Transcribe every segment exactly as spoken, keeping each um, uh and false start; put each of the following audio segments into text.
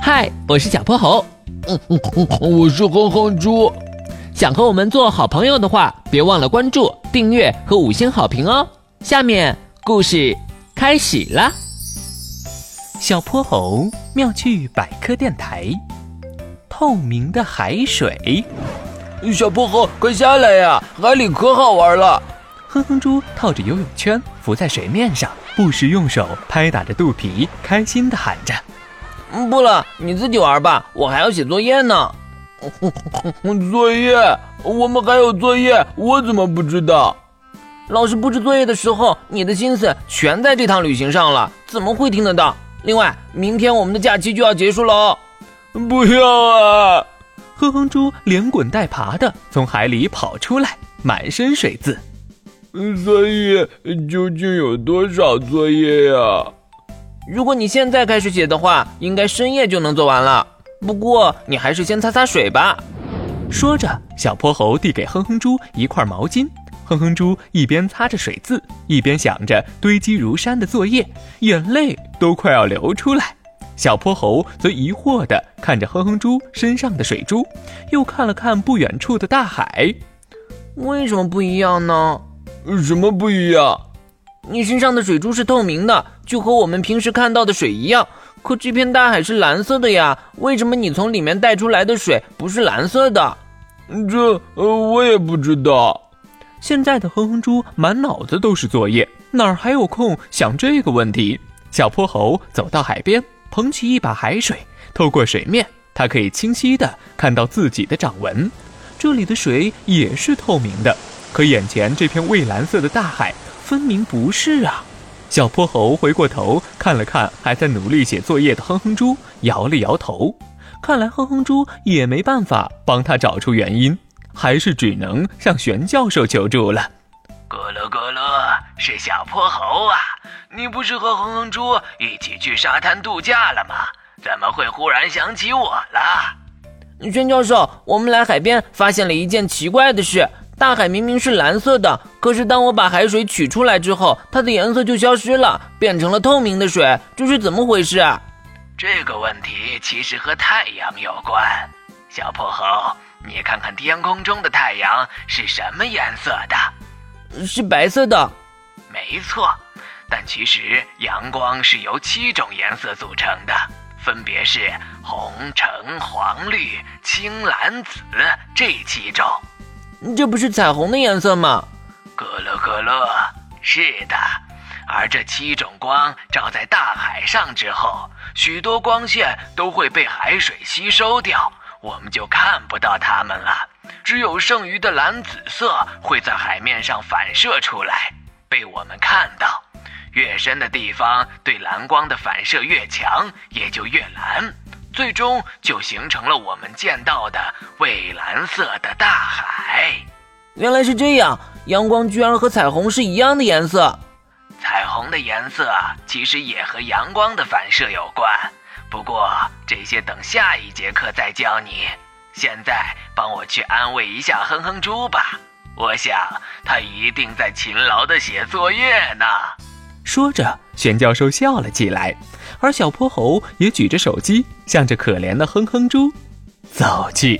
嗨，我是小泼猴。 嗯嗯嗯，我是哼哼猪。 想和我们做好朋友的话，别忘了关注、订阅和五星好评哦。下面故事开始啦。 小泼猴妙趣百科电台，透明的海水。 小泼猴，快下来呀！海里可好玩了。 哼哼猪套着游泳圈浮在水面上，不时用手拍打着肚皮，开心地喊着： 不了，你自己玩吧，我还要写作业呢。 作业？我们还有作业，我怎么不知道？ 老师布置作业的时候，你的心思全在这趟旅行上了，怎么会听得到？另外，明天我们的假期就要结束了哦。 不要啊！ 哼哼猪连滚带爬地从海里跑出来，满身水渍。 所以究竟有多少作业呀？ 如果你现在开始写的话，应该深夜就能做完了。不过你还是先擦擦水吧。 说着，小泼猴递给哼哼猪一块毛巾。哼哼猪一边擦着水渍，一边想着堆积如山的作业，眼泪都快要流出来。小泼猴则疑惑地看着哼哼猪身上的水珠，又看了看不远处的大海。 为什么不一样呢？ 什么不一样？ 你身上的水珠是透明的，就和我们平时看到的水一样，可这片大海是蓝色的呀，为什么你从里面带出来的水不是蓝色的？ 这呃，我也不知道。 现在的哼哼猪满脑子都是作业，哪儿还有空想这个问题？小泼猴走到海边，捧起一把海水，透过水面，它可以清晰地看到自己的掌纹。这里的水也是透明的，可眼前这片蔚蓝色的大海分明不是啊！小泼猴回过头看了看还在努力写作业的哼哼猪，摇了摇头。看来哼哼猪也没办法帮他找出原因，还是只能向玄教授求助了。 咕噜咕噜，是小泼猴啊！你不是和哼哼猪一起去沙滩度假了吗？怎么会忽然想起我了？ 玄教授，我们来海边发现了一件奇怪的事。大海明明是蓝色的，可是当我把海水取出来之后，它的颜色就消失了，变成了透明的水，这是怎么回事啊？ 这个问题其实和太阳有关。小泼猴，你看看天空中的太阳是什么颜色的？ 是白色的。 没错，但其实阳光是由七种颜色组成的，分别是红、橙、黄、绿、青、蓝、紫这七种。 这不是彩虹的颜色吗？ 咕噜咕噜，是的。而这七种光照在大海上之后，许多光线都会被海水吸收掉，我们就看不到它们了。只有剩余的蓝紫色会在海面上反射出来，被我们看到。越深的地方对蓝光的反射越强，也就越蓝，最终就形成了我们见到的蔚蓝色的大海。 原来是这样，阳光居然和彩虹是一样的颜色。 彩虹的颜色其实也和阳光的反射有关，不过这些等下一节课再教你。现在帮我去安慰一下哼哼猪吧，我想他一定在勤劳地写作业呢。 说着，玄教授笑了起来，而小泼猴也举着手机，向着可怜的哼哼猪走去。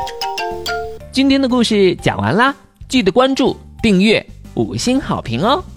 今天的故事讲完啦，记得关注、订阅、五星好评哦。